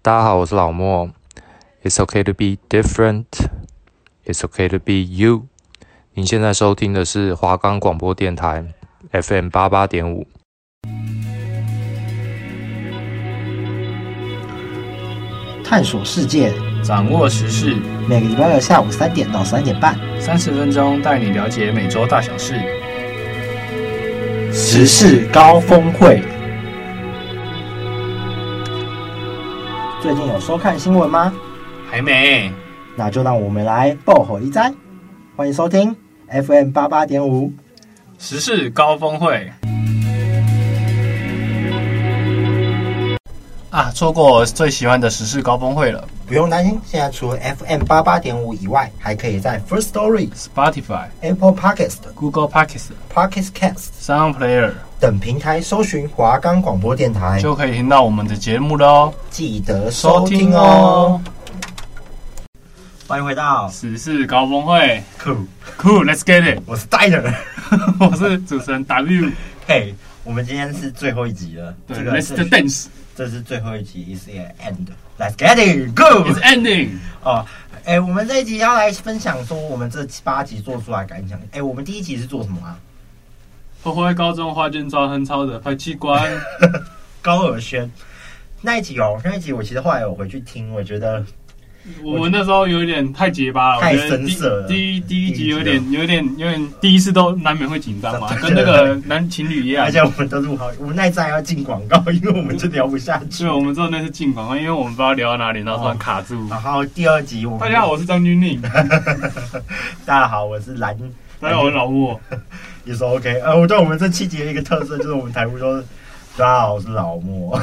大家好，我是老莫。It's okay to be different. It's okay to be you. 您现在收听的是华冈广播电台 FM 88.5。 探索世界， 掌握时事， 每个礼拜六下午3点到3点半 ，30分钟带你了解每周大小事。 时事高峰会。最近有收看新闻吗？ 还没， 那就让我们来爆火一灾。欢迎收听 FM 88.5 时事高峰会。错过我最喜欢的时事高峰会了。 不用担心，现在除了 FM 88.5以外，还可以在 First Story、Spotify、Apple Podcast、Google Podcast、Pocket Cast、Sound Player 等平台搜寻华冈广播电台， 就可以听到我们的节目了哦。 记得收听哦。欢迎回到时事高峰会。Cool，Let's get it。 我是 Diner， 我是主持人 W。 嘿，我们今天是最后一集了。 对，Let's dance。 这是最后一集 ，It's the end。Let's get it, go. It's ending。 我们这一集要来分享说我们这8集做出来感想。我们第一集是做什么啊？ 破坏高中花卷招很吵的排气管。 高尔宣那一集我其实后来有回去听，我觉得我们那时候有点太结巴了， 太深色了。 第一集有点，第一次都难免会紧张嘛，跟那个男情侣一样。 而且我们都录好，我们那一站要进广告，因为我们真的聊不下去。 对，我们知道那是进广告，因为我们不知道聊到哪里，然后突然卡住。 然后第二集大家好，我是张钧甯。 大家好，我是蓝。 大家好，我是老莫。 也说 OK。我对我们这7集的一个特色就是我们台呼说，大家好，我是老莫。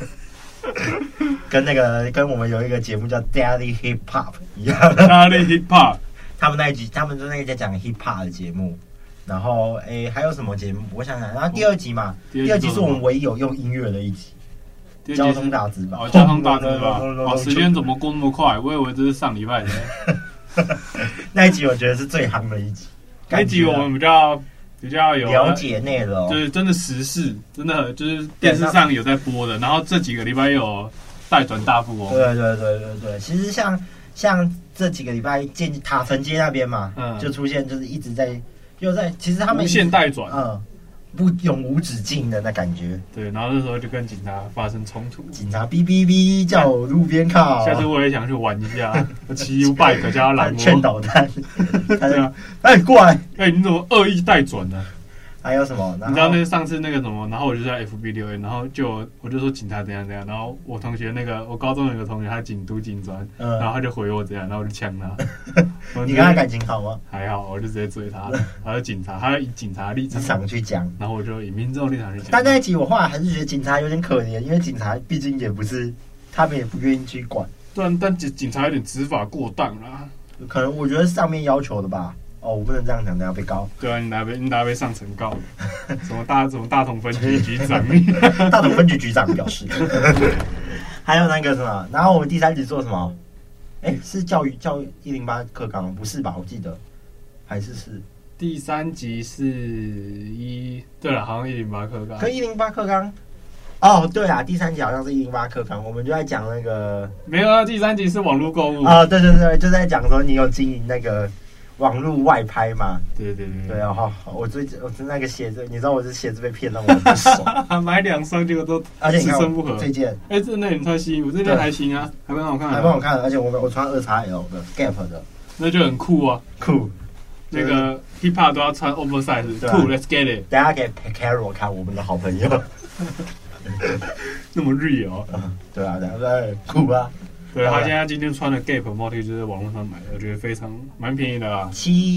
跟我们有一个节目叫 Daddy Hip Hop 一样。 Daddy Hip Hop， 他们就那个在讲 Hip Hop 的节目。然后还有什么节目？我想想。然后第二集嘛，第二集是我们唯一有用音乐的一集。交通大字报。 交通大字报。时间怎么过那么快？我以为这是上礼拜的。 那一集我觉得是最夯的一集。 那一集我们比较有了解内容， 就是真的时事，真的就是电视上有在播的。然后这几个礼拜有带转大富翁。 对，其实像这几个礼拜塔城街那边嘛，就出现就是一直在其实他们无限带转， 不永无止境的那感觉。 对，然后那时候就跟警察发生冲突， 警察哔哔哔叫我路边靠。 下次我也想去玩一下，骑 U-bike 叫他拦我， 劝导弹。 对啊， 过来， 你怎么恶意带转呢？ 还有什么？ 你知道上次那个什么，然后我就在 FB 留言，然后我就说警察怎样，然后我同学我高中有个同学他读警专，然后他就回我这样，然后我就呛他。 你跟他感情好吗？ 还好，我就直接追他了。他是警察，他要以警察立场去讲， 然后我就以民众立场去讲。 但那一集我后来还是觉得警察有点可怜，因为警察毕竟也不是他们也不愿意去管。 对，但警察有点执法过当啦。 可能我觉得是上面要求的吧。我不能这样讲，等下被告。 对啊，你拿被上层告。什么大同分局局长？ 大同分局局长表示。还有那个什么，然后我们第3集做什么？是教育108课纲，不是吧？我记得还是第3集是对了，好像108课纲。 可108课纲。对啊，第3集好像是108课纲，我们就在讲那个。 没有啊，第3集是网络购物。 对，就在讲说你有经营那个网络外拍嘛？对我那个鞋子，你知道我这鞋子被骗到我不爽。 买2双结果都而且你看深不合。 这件， 这那你穿新衣服，这件还行啊，还蛮好看的。 还蛮好看的，而且我穿2XL 的 Gap 的， 那就很酷啊。 酷。 那个 Hip Hop 都要穿 oversize， 酷 ，Let's get it。 等下给 Carol 看，我们的好朋友。 那么 real。 对，酷啊。 对，他现在今天穿的 Gap Multi 就是网络上买的，我觉得蛮便宜的啊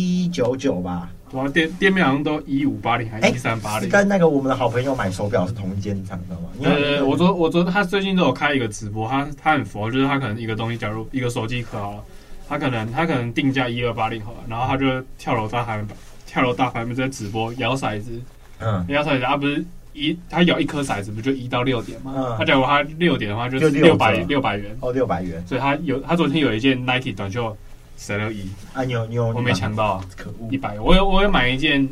，799吧。 对啊，店面好像都1580还是1380。 是跟那个我们的好朋友买手表是同一间厂的吗？ 对，我昨他最近都有开一个直播，他很佛，就是他可能一个东西，假如一个手机壳好了，他可能定价1280好了，然后他就跳楼大排名在直播摇骰子，摇骰子他不是。他摇一颗骰子不就1到6点吗？他假如他6点的话就是600元。 600元。 所以他昨天有一件 Nike 短袖12E。 你有？ 我没抢到啊， 可恶！ 100。我有买一件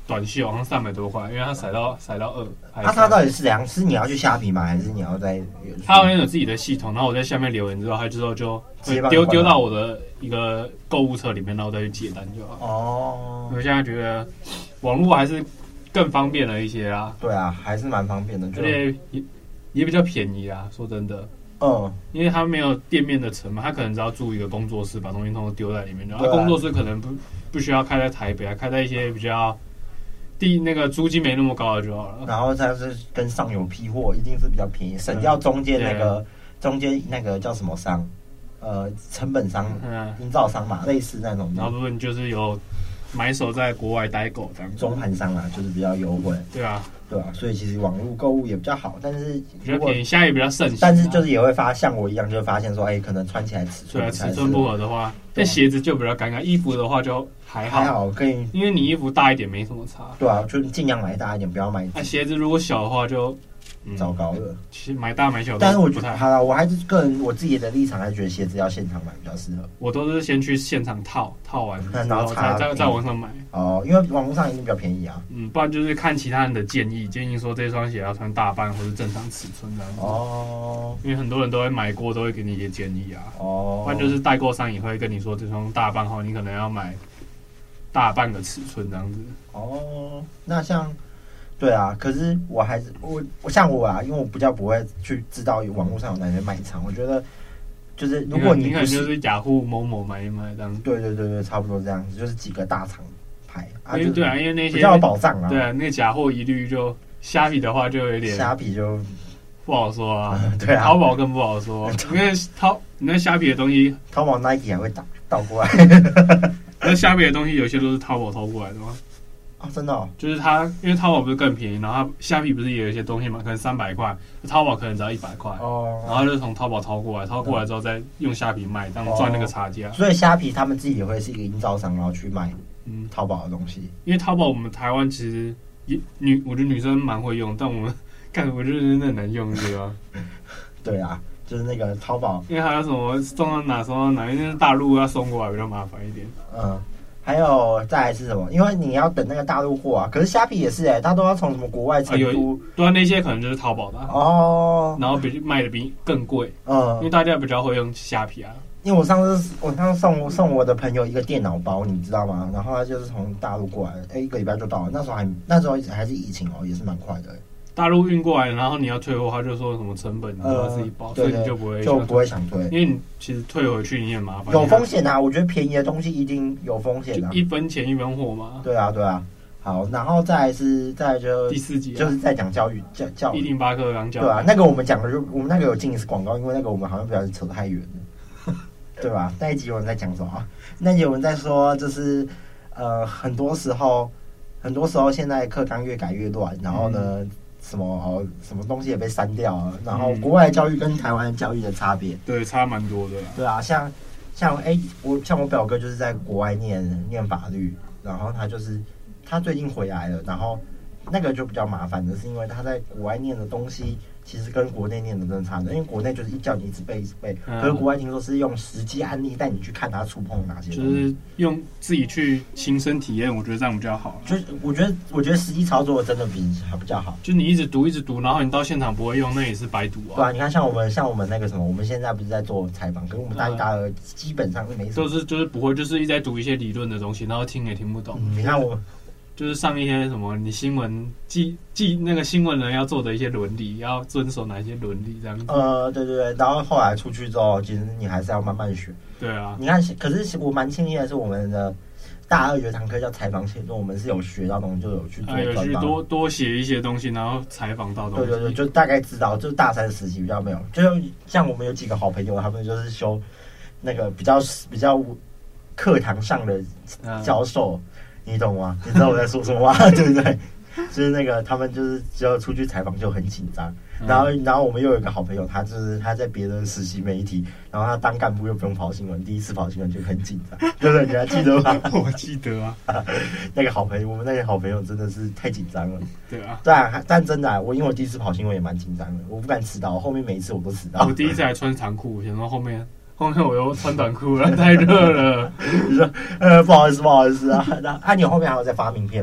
短袖，好像300多块，因为它甩到2。 它到底是怎样？是你要去虾皮买，还是你要在？ 它好像有自己的系统，然后我在下面留言之后，它之后就丢到我的一个购物车里面，然后再去接单就好。 哦， 我现在觉得网络还是更方便了一些啦。 对啊，还是蛮方便的， 而且也比较便宜啦。说真的，因为它没有店面的成本，它可能只要租一个工作室，把东西通通丢在里面，然后工作室可能不需要开在台北，开在一些比较那个租金没那么高的就好了。 然后再是跟上游批货，一定是比较便宜，省掉中间那个叫什么商，成本商、营造商嘛，类似那种。 然后部分就是有买手在国外代购这样， 中盘商啊，就是比较优惠。 对啊， 所以其实网络购物也比较好，但是比较便宜，现在也比较盛行。 但是就是也会像我一样，就会发现说，可能穿起来尺寸不合的话，但鞋子就比较尴尬。衣服的话就还好， 可以， 因为你衣服大一点没什么差。 对啊，就尽量买大一点，不要买。 鞋子如果小的话就糟糕了。 其实买大买小， 但是我觉得好了，我还是个人我自己的立场，还是觉得鞋子要现场买比较适合。 我都是先去现场套完， 然后在网上买。 因为网络上一定比较便宜啊。 不然就是看其他人的建议说这双鞋要穿大半或是正常尺寸这样子。因为很多人都会买过，都会给你一些建议啊。不然就是代购商也会跟你说这双大半后，你可能要买大半个尺寸这样子。 那像。对啊，可是我还是我像我啊，因为我比较不会去知道网络上有哪些卖场。我觉得就是如果你可能就是雅虎某某买一买这样子。 对，差不多这样子，就是几个大厂牌。 因为那些比较有保障啊。 对啊，那个假货一律就虾皮的话就有点虾皮就不好说啊。 对啊， 淘宝更不好说，因为你那虾皮的东西， 淘宝 Nike 还会倒过来。 那虾皮的东西有些都是淘宝偷过来的吗？ 真的就是因为淘宝不是更便宜，然后虾皮不是也有一些东西嘛，可能300块，淘宝可能只要100块，然后就从淘宝掏过来之后再用虾皮卖，这样赚那个差价。 所以虾皮他们自己也会是一个营造商，然后去卖淘宝的东西。 因为淘宝我们台湾其实我觉得女生蛮会用，但我觉得真的很难用，对吧？ 对啊，就是那个淘宝， 因为还有什么送到哪，因为大陆要送过来比较麻烦一点。 还有再来是什么？因为你要等那个大陆货啊，可是虾皮也是它都要从什么国外成都， 对啊，那些可能就是淘宝的然后卖的比更贵，因为大家比较会用虾皮啊。 因为我上次送我的朋友一个电脑包，你知道吗？然后他就是从大陆过来，一个礼拜就到了。那时候还是疫情也是蛮快的。 大陆运过来，然后你要退货，他就说什么成本你都要自己包，所以你就不会想退， 因为你其实退回去你也麻烦， 有风险啊。我觉得便宜的东西一定有风险啊， 一分钱一分货嘛。 对啊。好，然后再来就第4集就是在讲教育 108课纲教育。 对啊，那个我们讲的我们那个有进是广告，因为那个我们好像不要扯太远了，对吧？那一集有人在讲什么？那有人在说就是很多时候现在课纲越改越乱，然后呢。什么东西也被删掉了，然后国外教育跟台湾教育的差别， 对，差蛮多的。 对啊，像我表哥就是在国外念法律，然后他最近回来了，然后那个就比较麻烦的是，因为他在国外念的东西其实跟国内念的真的差的，因为国内就是叫你一直背，可是国外听说是用实际案例带你去看他触碰哪些东西， 就是用自己去亲身体验，我觉得这样比较好。 就是我觉得实际操作真的比较好。 就你一直读，然后你到现场不会用，那也是白读啊。 对啊，你看像我们那个什么，我们现在不是在做采访，可是我们大一大二基本上是没什么， 就是不会，就是一直在读一些理论的东西，然后听也听不懂。 你看我。 就是上一些什么，你新闻记那个新闻人要做的一些伦理，要遵守哪些伦理这样子。 对，然后后来出去之后，其实你还是要慢慢学。 对啊， 你看，可是我蛮庆幸的是，我们的大二有一堂课叫采访写作，我们是有学到东西，就有去做有去多写一些东西，然后采访到东西。 对，就大概知道，就大三时期比较没有，就像我们有几个好朋友，他们就是修那个比较课堂上的教授。你懂吗？你知道我在说什么吗？对不对？就是那个他们就是只要出去采访就很紧张，然后我们又有一个好朋友，他在别的实习媒体，然后他当干部又不用跑新闻，第一次跑新闻就很紧张，对不对？你还记得吗？ 我记得啊， 那个好朋友，我们那个好朋友真的是太紧张了。 对啊， 但真的因为我第一次跑新闻也蛮紧张的，我不敢迟到，后面每一次我都迟到。 我第一次还穿长裤，然后后面我又穿短裤了，太热了。 你说不好意思啊。那你后面还有在发名片吗？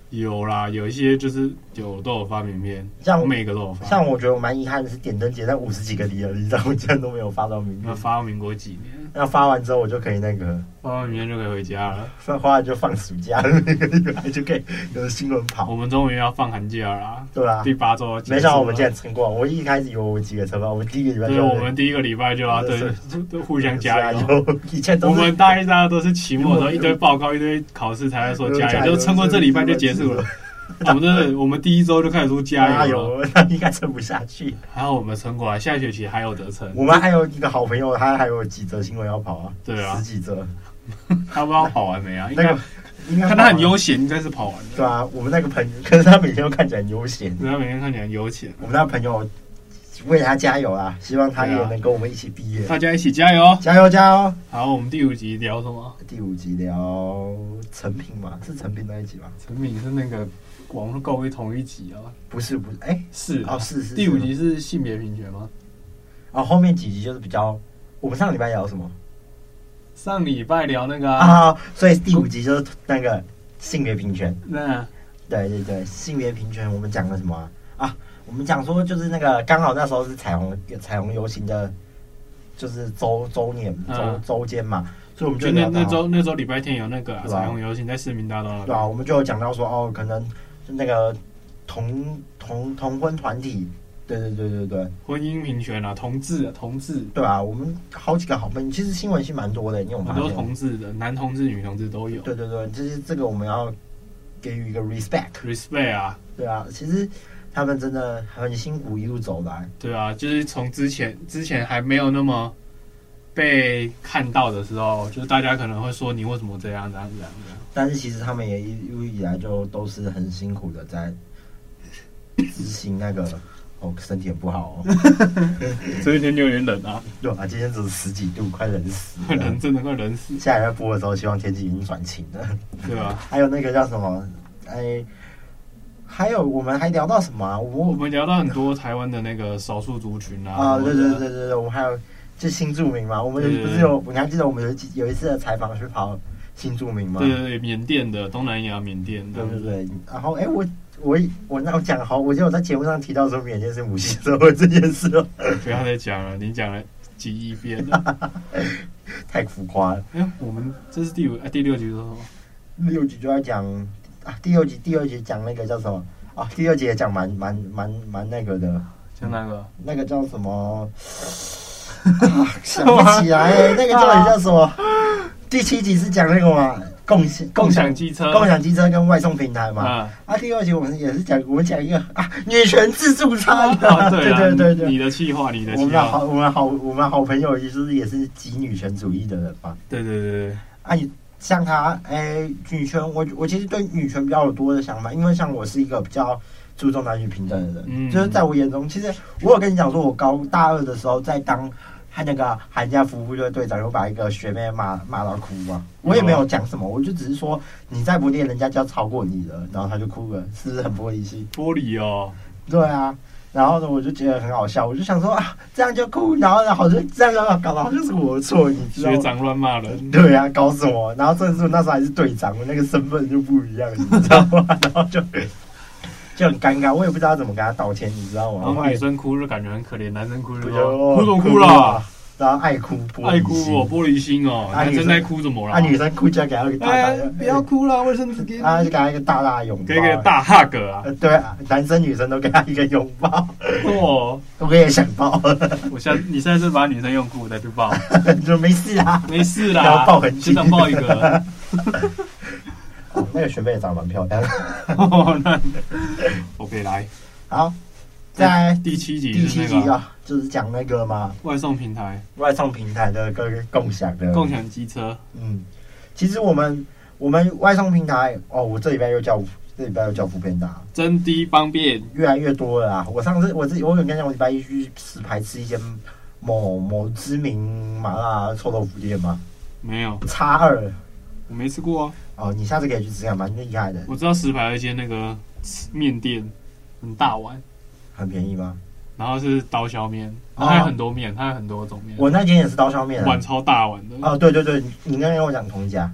有啦，有一些就是都有发名片， 像我每个都有发。 像我觉得我蛮遗憾的是，点灯节在50几个里而已，然后我竟然都没有发到名片。 那发到民国几年？ 那发完之后我就可以那个， 发完名片就可以回家了。 发完就放暑假，那个礼拜就可以有新闻跑。 我们终于要放寒假啦， 对啊， 第8周。 没想到我们竟然撑过。我一开始以为我几个车吧，我们第一个礼拜就， 对，我们第一个礼拜就要都互相加油。 以前我们大一、大二都是期末的时候一堆报告、一堆考试才在说加油，就撑过这礼拜就结束了。我们第1周就开始说加油， 那应该撑不下去。 还好我们撑过来，下学期还有得撑。 我们还有一个好朋友，他还有几则新闻要跑啊， 对啊， 10几则。 他不知道跑完没啊？ 应该看他很悠闲，应该是跑完了。 对啊，我们那个朋友，可是他每天都看起来很悠闲。 他每天看起来很悠闲。 我们那个朋友为他加油啊，希望他也能跟我们一起毕业。 大家一起加油！ 加油加油！ 好，我们第5集聊什么？ 第5集聊成品嘛，是成品那一集吗？ 成品是那个网络购物同一集啊？ 不是，哎， 是哦，是。 第5集是性别平权吗？ 哦，后面几集就是比较，我们上礼拜聊什么？ 上礼拜聊那个啊，所以第5集就是那个性别平权。 那对，性别平权，我们讲了什么啊？我们讲说就是那个刚好那时候是彩虹游行的，就是周年周间嘛，所以我们就那周礼拜天有那个彩虹游行在市民大道。 对啊，我们就有讲到说哦，可能那个同婚团体。对， 婚姻平权啊，同志， 对啊，我们好几个好朋友，其实新闻性蛮多的，因为我们很多同志的，男同志、女同志都有。 对，就是这个我们要给予一个 respect 啊。 对啊，其实他们真的很辛苦一路走来。 对啊，就是从之前还没有那么被看到的时候，就是大家可能会说你为什么这样。 但是其实他们也一路以来就都是很辛苦的在执行那个。哦，身体很不好哦， 这一天有点冷啊。 对啊，今天只是10几度，快冷死了。 人真的快冷死。 下礼拜播的时候，希望天气已经转晴了。 对啊。 还有那个叫什么？还有我们还聊到什么啊？我们聊到很多台湾的那个少数族群啊。 啊，对，我们还有就新住民嘛。我们不是有？你还记得我们有一次的采访去跑新住民吗？ 对，缅甸的，东南亚缅甸的。 对。然后我那我讲好，我就有在节目上提到说缅甸是母系社会这件事了。 不要再讲了，你讲了几亿遍了， 太浮夸了。 我们这是第6集是什么 ？6集就在讲啊，第2集讲那个叫什么啊？第2集也讲蛮那个的， 讲哪个？ 那个叫什么？想不起来，那个到底叫什么？第7集是讲那个嘛？共享机车跟外送平台嘛。第2集我们也是讲，我们讲一个啊，女权自助餐。对， 你的企划。 我们好朋友就是也是极女权主义的人嘛。 对。 啊，你像他，女权，我其实对女权比较有多的想法，因为像我是一个比较注重男女平等的人，就是在我眼中，其实我有跟你讲说，我大2的时候在当。他那个寒假服务队队长有把一个学妹骂到哭嘛，我也没有讲什么，我就只是说你再不练，人家就要超过你了，然后他就哭了，是不是很玻璃心？ 玻璃哦， 对啊，然后呢，我就觉得很好笑，我就想说啊，这样就哭，然后好像这样搞得好像是我的错，你知道吗？ 学长乱骂人， 对啊，搞什么？然后正是我那时候还是队长，我那个身份就不一样，你知道吗？然后就很尴尬，我也不知道怎么跟他道歉，你知道吗？ 然后女生哭就感觉很可怜，男生哭就说哭怎么哭了？ 然后爱哭哦， 玻璃心哦，男生在哭怎么了？ 女生哭就要给他一个大大的， 不要哭了，卫生纸给你， 就给他一个大大的拥抱， 给一个大 hug 啊！ 对啊，男生女生都给他一个拥抱。 哦， 我也想抱。 你现在是把女生用裤再去抱？ 你说没事啦， 要抱很紧， 只想抱一个。 那个学妹也长得蛮漂亮的。 那 OK 来， 好。在第7集， 就是讲那个嘛， 外送平台的跟共享机车。 其实我们外送平台我这礼拜又叫Foodpanda， 真的方便， 越来越多了啦。我有跟你讲，我礼拜1去石牌吃一间某知名麻辣臭豆腐店吗？ 没有 ，X2， 我没吃过哦，你下次可以去吃看，蛮厉害的。 我知道石牌有一间那个面店，很大碗。 很便宜吗？ 然后是刀削面，它有很多面，它有很多种面。 我那间也是刀削面， 碗超大碗的。 对，你刚刚跟我讲同一家。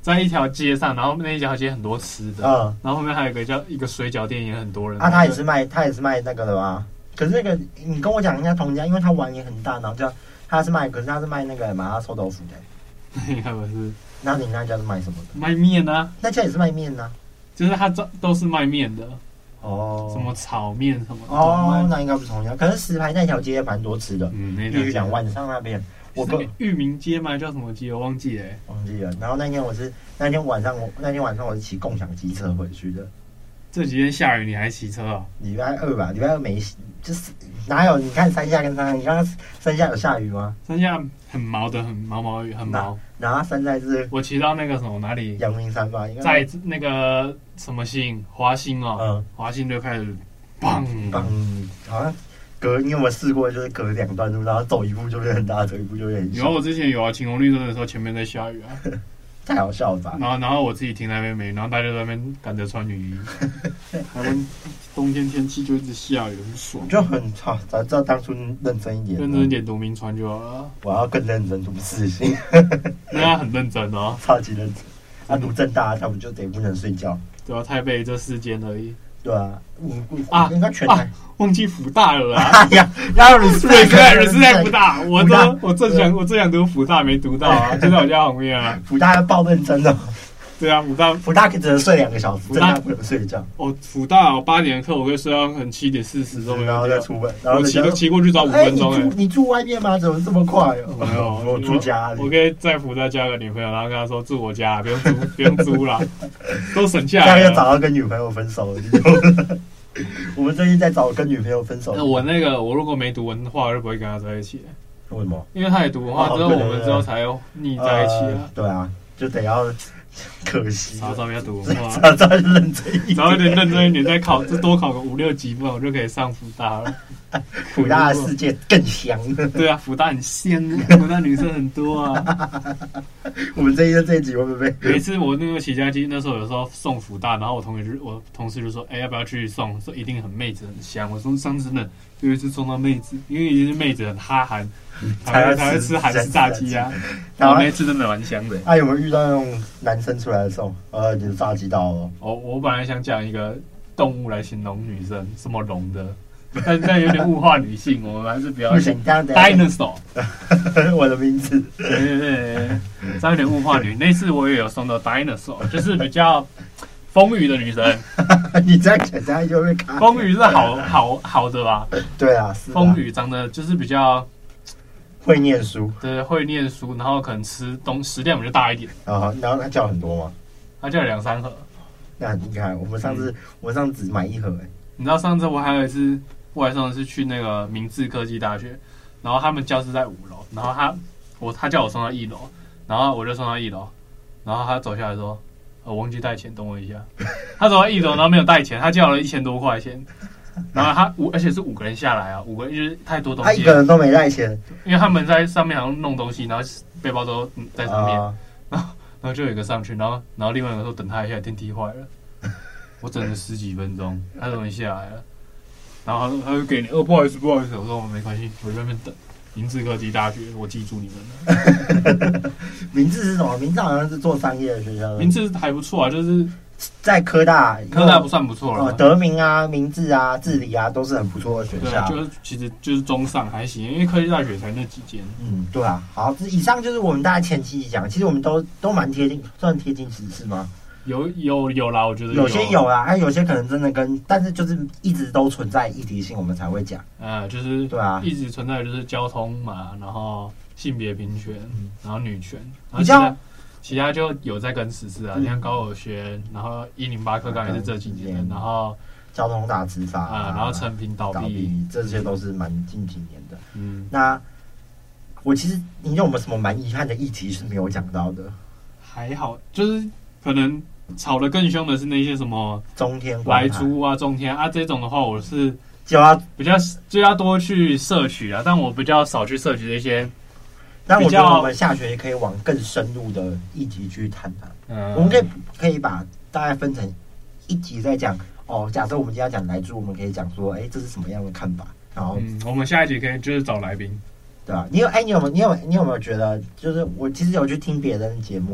在一条街上，然后那一条街很多吃的，然后后面还有一个水饺店，也很多人。 啊，他也是卖那个的吗？可是那个你跟我讲人家同家，因为他碗也很大，然后可是他是卖那个麻辣臭豆腐的。 应该不是。 那你那家是卖什么的？ 卖面啊。 那家也是卖面啊。 就是他都是卖面的。 哦。什么炒面什么的。 哦，那应该不是同家。可是石牌那条街也蛮多吃的。 那条街。 晚上那边。 我裕民街吗？叫什么街？我忘记了。 然后那天晚上我是骑共享机车回去的。 这几天下雨，你还骑车啊？ 礼拜二吧，礼拜二没，就是哪有？你看山下跟山上，你刚刚山下有下雨吗？ 山下很毛雨，很毛。 然后山在是， 我骑到那个什么哪里？ 阳明山吧， 在那个什么星华星哦，华星就开始砰， 好像。你有没有试过，就是隔2段路，然后走一步就变很大，走一步就变很小？ 我之前有啊，停红绿灯的时候，前面在下雨啊， 太好笑了吧？ 然后我自己停在那边没，然后大家在那边赶着穿雨衣。台湾冬天天气就一直下雨，很爽， 就很好。早知道当初认真一点， 认真一点读名传就好了。 我要更认真读四星， 那他很认真哦， 超级认真。他读政大，他不能睡觉？ 对啊，台北这4间而已。 对啊，应该全台忘记福大了啦！ 哎呀，然后你是在福大，我正想读福大，没读到啊，就在我家旁边啊。 福大要爆认真的。 对啊，福大只能睡2个小时，福大不能睡觉。 福大8点的课，我可以睡到很7点40都没有。 然后再出门， 我骑过去找5分钟。 你住外面吗？怎么这么快？ 没有， 我住家里。 我可以在福大交个女朋友，然后跟她说住我家，不用租啦，都省下来。 这样又找到跟女朋友分手了。我们最近在找跟女朋友分手。 我如果没读文化，我就不会跟她在一起。 为什么？ 因为她也读文化，之后我们之后才腻在一起啊。 对啊，就得要。可惜， 早要读文化， 早认真一点， 早一点认真一点，再多考个5、6级分，我就可以上福大了。 福大的世界更香。 对啊，福大很香，福大女生很多啊。 我们这一集会不会？ 每次我那个骑家机，那时候有时候送福大，然后我同事就说：“要不要去送？说一定很妹子很香。”我说：“上次呢，有一次送到妹子，因为已经妹子很哈韩。”才会吃韩式炸鸡啊，然后那次真的蛮香的。 有没有遇到那种男生出来送？你的炸鸡到了。 我本来想讲一个动物来形容女生，什么龙的，但是有点物化女性，我们还是不要。 不行，这样 dinosaur， 我的名字。 对，这样有点物化女。那次我也有送到 dinosaur， 就是比较丰腴的女生。 你这样讲，大家就会看。 丰腴是好的吧？ 对啊，是。 丰腴长得就是比较。 会念书， 对，会念书，然后可能食量比较大一点。 然后他叫很多吗？ 他叫2、3盒。 那很厉害。我们上次只买1盒。 你知道上次我还有一次，我还上次去那个明治科技大学，然后他们教室在5楼，然后他叫我送到1楼，然后我就送到1楼，然后他走下来说：“我忘记带钱，等我一下。”他走到1楼，然后没有带钱，他叫了1000多块钱。然后而且是5个人下来啊，5个人就是太多东西了。 他1个人都没带钱， 因为他们在上面好像弄东西，然后背包都在上面，然后就有一个上去，然后另外一个说等他一下，电梯坏了，我等了10几分钟，他终于下来了，然后他就给你，不好意思，我说没关系，我在那边等。明治科技大学，我记住你们了。明治是什么？明治好像是做商业的学校。 明治还不错啊，就是在科大不算不错了。 德明啊、明治啊、治理啊，都是很不错的学校。 对，其实就是中上还行，因为科技大学才那几间。 对啊。好，以上就是我们大概前期讲，其实我们都蛮贴近，算贴近时事吗？ 有啦，我觉得有些有啦，有些可能真的但是就是一直都存在议题性，我们才会讲。 就是对啊， 一直存在的就是交通嘛，然后性别平权，然后女权， 然后其他就有在跟时事啊，像高尔宣，然后108课纲也是这几年的，然后交通大执法然后成品倒闭， 这些都是蛮近几年的。那其实你有没有什么蛮遗憾的议题是没有讲到的？ 还好，就是可能。吵得更凶的是那些什么中天、 莱猪啊、中天啊这种的话，我是就要多去摄取啊，但我比较少去摄取这些。 但我觉得我们下学期可以往更深入的议题去谈谈。我们可以把大概分成1集在讲假设我们今天要讲莱猪，我们可以讲说，这是什么样的看法？然后我们下一集可以就是找来宾， 对吧？你有没有觉得，就是我其实有去听别人的节目。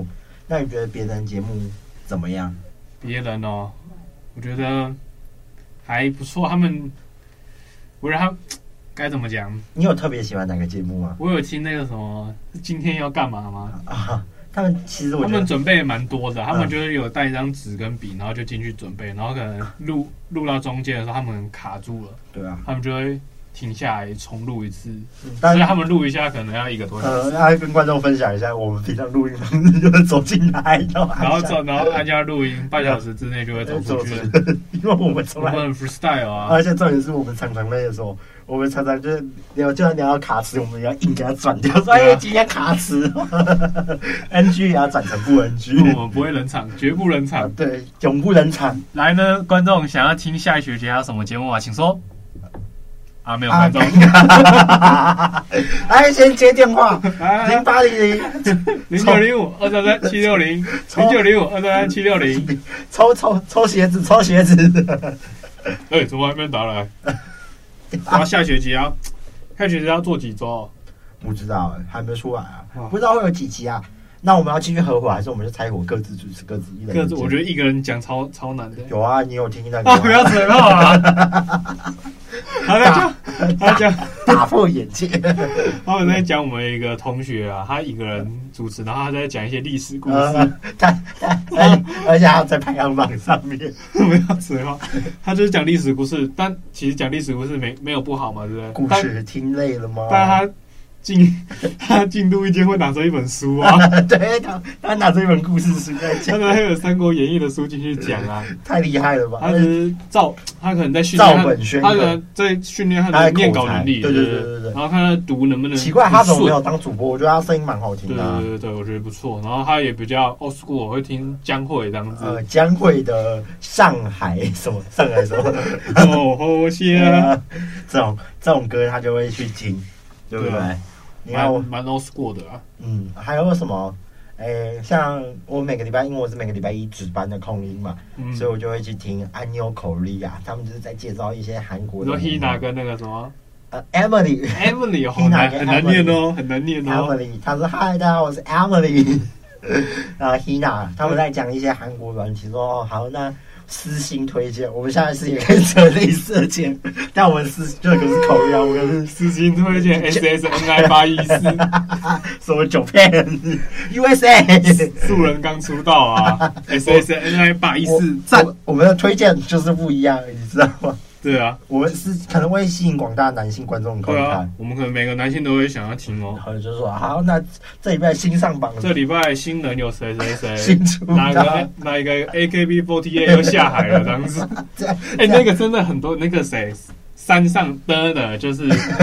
那你觉得别人节目怎么样？ 别人哦，我觉得还不错。我觉得他该怎么讲？ 你有特别喜欢哪个节目吗？ 我有听那个什么今天要干嘛吗？ 啊，他们其实我觉得他们准备蛮多的，他们就是有带一张纸跟笔，然后就进去准备，然后可能录到中间的时候，他们卡住了， 对啊， 他们就会停下来重录一次。 但所以他们录一下可能要1个多小时。 要跟观众分享一下，我们平常录音方式就是走进来，然后按下录音，半小时之内就会走出去。 因为我们从来我们 freestyle 啊， 而且重点是我们常常那个时候，我们常常就是就算聊到卡词，我们也要硬给它转掉，说哎今天卡词，NG 也要转成不 NG。 我们不会冷场，绝不冷场， 对，永不冷场。 来呢，观众想要听下一学期还有什么节目啊？请说。啊，没有观众。 来，先接电话，0800 0905-233-760 0905-233-760。 抽鞋子，抽鞋子。 哎，怎么还没打来？然后下学期要做几周？ 不知道，还没出来啊，不知道会有几期啊。那我们要继续合伙，还是我们就拆伙各自主持，各自一人？ 各自，我觉得一个人讲超难的。 有啊，你有听那个？ 不要嘴炮啊！他讲打破眼界。 他们在讲我们一个同学啊，他一个人主持，然后他在讲一些历史故事， 而且还要在排行榜上面。 不要嘴炮，他就是讲历史故事，但其实讲历史故事没有不好嘛，对不对？ 故事听累了吗？ 但他进录音间会拿着一本书啊， 对，他拿着一本故事书在讲， 他还有《三国演义》的书进去讲啊， 太厉害了吧？ 他可能在训练照本宣科， 他可能在训练他的念稿能力， 对。 然后看他读能不能。 奇怪，他怎么没有当主播？我觉得他声音蛮好听的。 对，我觉得不错。然后他也比较 old school， 我会听江蕙这样子。 江蕙的上海什么？ 哦，谢这种歌他就会去听，对不对？你看蛮 old school 的啊。 还有什么？像我每个礼拜，因为我是每个礼拜一值班的空音嘛，所以我就会去听 Anyo Korea， 他们就是在介绍一些韩国的。 你说 Hina 跟那个什么 ？Emily 很难念哦，很难念哦。 Emily， 他说嗨，大家好，我是 Emily。然后 Hina 他们在讲一些韩国软体，说好那。私信推荐，我们下一次也可以做类似的节目，但我们这个是口音，我们是私信推荐 SSNI814， 什么Japan USA， 素人刚出道啊，SSNI814，赞！ 我们的推荐就是不一样，你知道吗？ 对啊， 我们是可能会吸引广大男性观众观看。 啊，我们可能每个男性都会想要听哦。 好，就说好，那这礼拜新上榜， 这礼拜新人有谁？ 新出哪一个 AKB48 又下海了？当时，那个真的很多，那个谁。山上的就是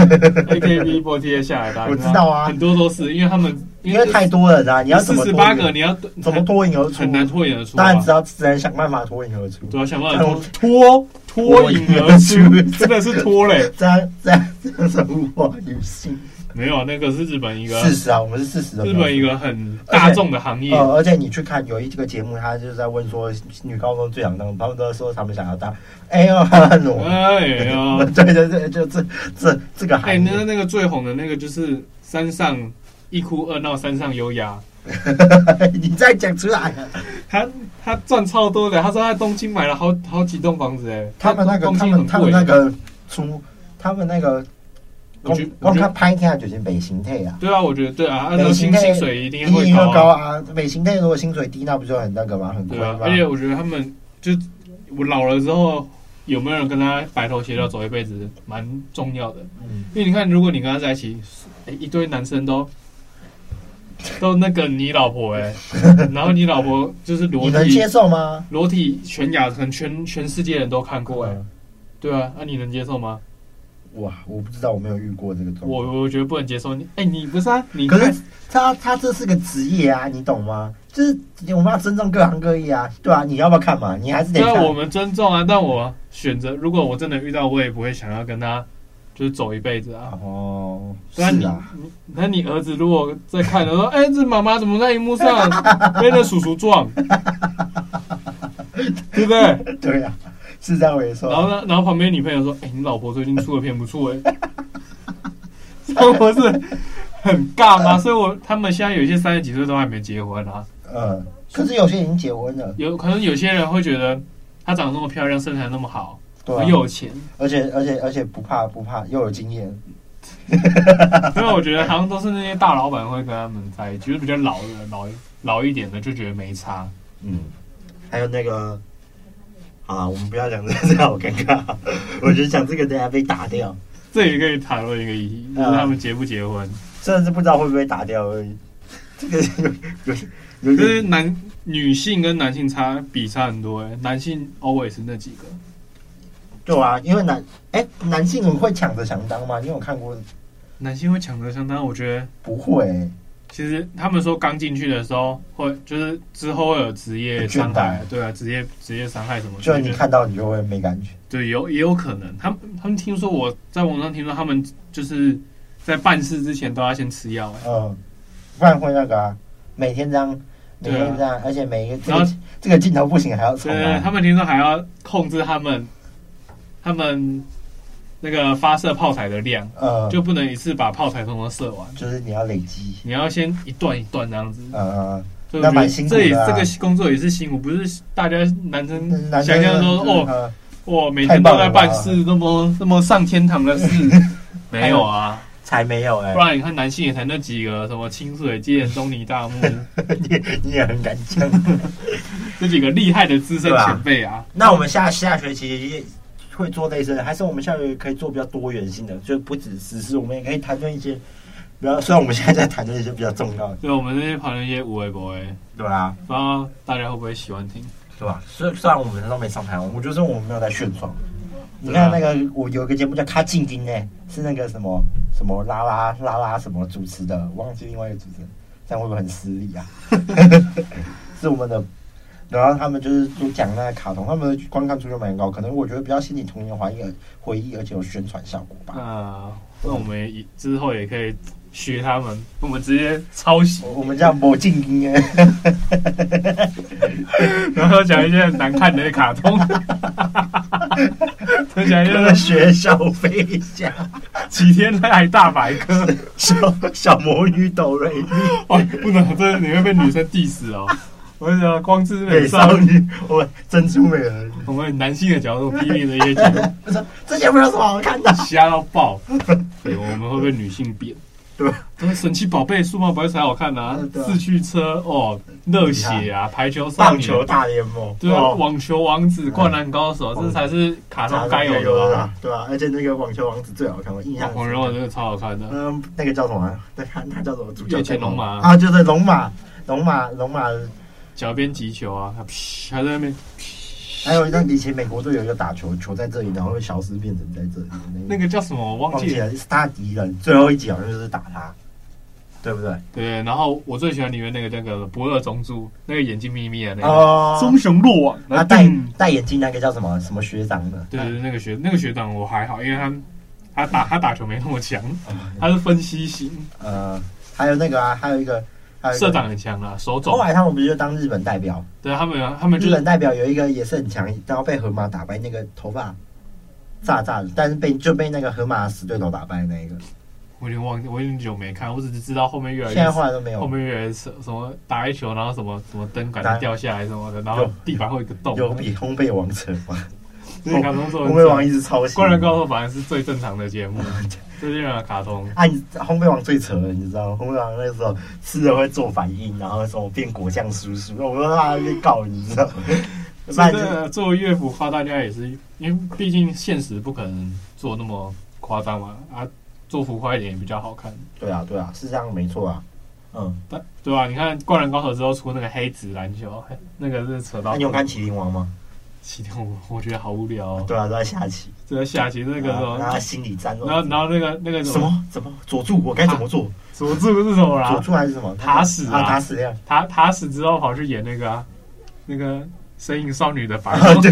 AKB48 下来的， 我知道啊， 很多都是因为他们因为太多人啊，你要 48个，你要怎么脱颖而出？ 很难脱颖而出。 当然只能想办法脱颖而出。 对啊，想办法脱颖而出，真的是脱嘞！ 这样是物化女性。 没有，那个是日本一个事实啊，我们是事实的。 日本一个很大众的行业， 而且你去看有一个节目，他就是在问说女高中最想当，他们都说他们想要当对，就这个行业。 那个最红的那个就是山上一哭二闹三上优雅。 你再讲出来， 他赚超多的，他说他在东京买了好几栋房子哎。 他们那个光看拍片就是北行退啊。 对啊，我觉得对啊，按照薪水一定会高啊。北行退如果薪水低，那不就很那个吗？很亏吗？ 而且我觉得他们就我老了之后，有没有人跟他白头偕老走一辈子，蛮重要的。因为你看，如果你跟他在一起，一堆男生都那个你老婆然后你老婆就是裸体， 你能接受吗？ 裸体全亚可能全世界人都看过对啊，那你能接受吗？ 哇，我不知道，我没有遇过这个状况。 我觉得不能接受。你不是啊？ 可是他这是个职业啊，你懂吗？就是我们要尊重各行各业啊，对啊，你要不要看嘛？你还是得看。 对啊，我们尊重啊，但我选择，如果我真的遇到，我也不会想要跟他就是走一辈子啊。 哦， 是啊。那你儿子如果在看的说，这妈妈怎么在荧幕上被那叔叔撞？对不对？ 对啊。是这样没错。 然后旁边女朋友说：“你老婆最近出的片不错这样不是很尬吗？”所以他们现在有一些30几岁都还没结婚啊。 可是有些人已经结婚了， 可能有些人会觉得她长得那么漂亮，身材那么好， 对很有钱， 而且不怕，又有经验。 所以我觉得好像都是那些大老板会跟他们在一起，就是比较老一点的就觉得没差。 还有那个，我们不要讲这个，好尴尬。我觉得讲这个等下被打掉。 这也可以讨论一个议题，就是他们结不结婚， 真的是不知道会不会打掉而已。这个有就是女性跟男性比差很多男性 always 那几个。 对啊，因为男性会抢着想当吗？你有看过？ 男性会抢着想当，我觉得不会。 其实他们说刚进去的时候会，就是之后会有职业伤害，对啊，职业伤害什么， 就你看到你就会没感觉。 对，也有可能。他们听说我在网上听说他们就是在办事之前都要先吃药， 不然会那个每天这样，而且每一个这个镜头不行还要重来。 对，他们听说还要控制他们那个发射炮台的量，就不能一次把炮台通通射完， 就是你要累积， 你要先一段一段这样子， 那蛮辛苦的。 这个工作也是辛苦，不是大家男生想象说我每天都在办事，那么上天堂的事，没有啊， 才没有不然你看男性也才那几个，什么清水剑、东尼大木， 你也很敢讲， 这几个厉害的资深前辈啊。 那我们下学期会做类似的，还是我们下学期可以做比较多元性的，就不只是我们也可以谈论一些比较，虽然我们现在在谈论一些比较重要的， 对，我们这些谈论一些无为不为， 对啊， 不知道大家会不会喜欢听， 对吧？虽然我们都没上台，我觉得我们没有在宣传。你看那个，我有一个节目叫《卡进京》呢，是那个什么拉拉什么主持的，忘记另外一个主持人，这样会不会很失礼啊？是我们的。然后他们就是讲那个卡通，他们的观看数就蛮高，可能我觉得比较心理童年回忆，而且有宣传效果吧。 那我们之后也可以学他们，我们直接抄袭， 我们叫魔镜音然后讲一些很难看的卡通，讲一些学校飞侠、 齐天籁大百科、 小魔女哆瑞咪。 哇，不能，这你会被女生 diss 哦。我跟你讲，光之美少女，珍珠美人， 我们男性的角度批评的一些节目， 这节目有什么好看的？ 瞎到爆！对，我们会被女性贬。 对， 神奇宝贝、数码宝贝才好看啊！四驱车热血啊！排球少年、 棒球大联盟， 对啊，网球王子、灌篮高手，这才是卡通该有的啊！ 对啊，而且那个网球王子最好看，我印象。 网球王子真的超好看的。 那个叫什么？他叫什么？主角天龙马啊，就是龙马。 脚边击球啊，还在那边。 还有那以前美国队有一个打球在这里，然后会消失变成在这里。 那个叫什么？我忘记了。 是他敌人，最后一集好像就是打他，对不对？ 对。然后我最喜欢里面那个不二宗主，那个眼睛眯眯的那个棕熊落网。 他戴眼镜那个叫什么学长的？ 对，那个学长我还好，因为他打球没那么强，他是分析型。 还有那个还有一个。 社长很强啊，手冢。 后来他们不是就当日本代表？ 对，他们日本代表有一个也是很强，然后被河马打败，那个头发炸的，但是被那个河马死对头打败的那一个。 我有点忘记，我有点久没看，我只是知道后面越来越， 现在后来都没有， 后面越来越扯，什么打一球，然后什么灯管掉下来什么的，然后地板会有一个洞。 有比烘焙王扯吗？ 烘焙王一直抄袭， 灌篮高手反而是最正常的节目。最近的卡通烘焙王最扯了，你知道烘焙王那时候吃了会做反应，然后什么变果酱叔叔，我说他被告，你知道？ 这个做乐谱化，大家也是因为毕竟现实不可能做那么夸张嘛，做浮夸一点也比较好看。 对啊，是这样没错啊。 对吧？你看《灌篮高手》之后出那个黑子篮球，那个是扯到。 你有看《麒麟王》吗？ 麒麟王我觉得好无聊哦。 对啊，都在下棋。 这个下棋那个什么， 然后心理战斗。 然后那个什么佐助，我该怎么做？ 佐助是什么啦？ 佐助还是什么？ 塔史啊， 塔史亮。 塔史之后跑去演那个神隐少女的白。 对，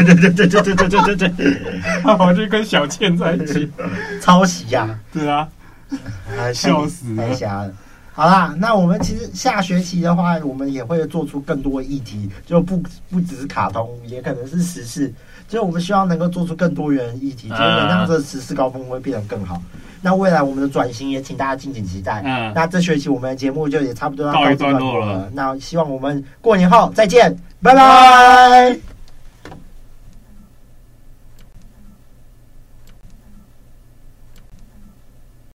他跑去跟小倩在一起， 抄袭呀。 对啊，笑死了， 太瞎了。好啦，那我们其实下学期的话，我们也会做出更多议题，就不只是卡通，也可能是时事。就是我们希望能够做出更多元的议题，就是让这时事高峰会变得更好。 那未来我们的转型也请大家敬请期待。那这学期我们的节目就也差不多要告一段落了。 那希望我们过年后再见，拜拜。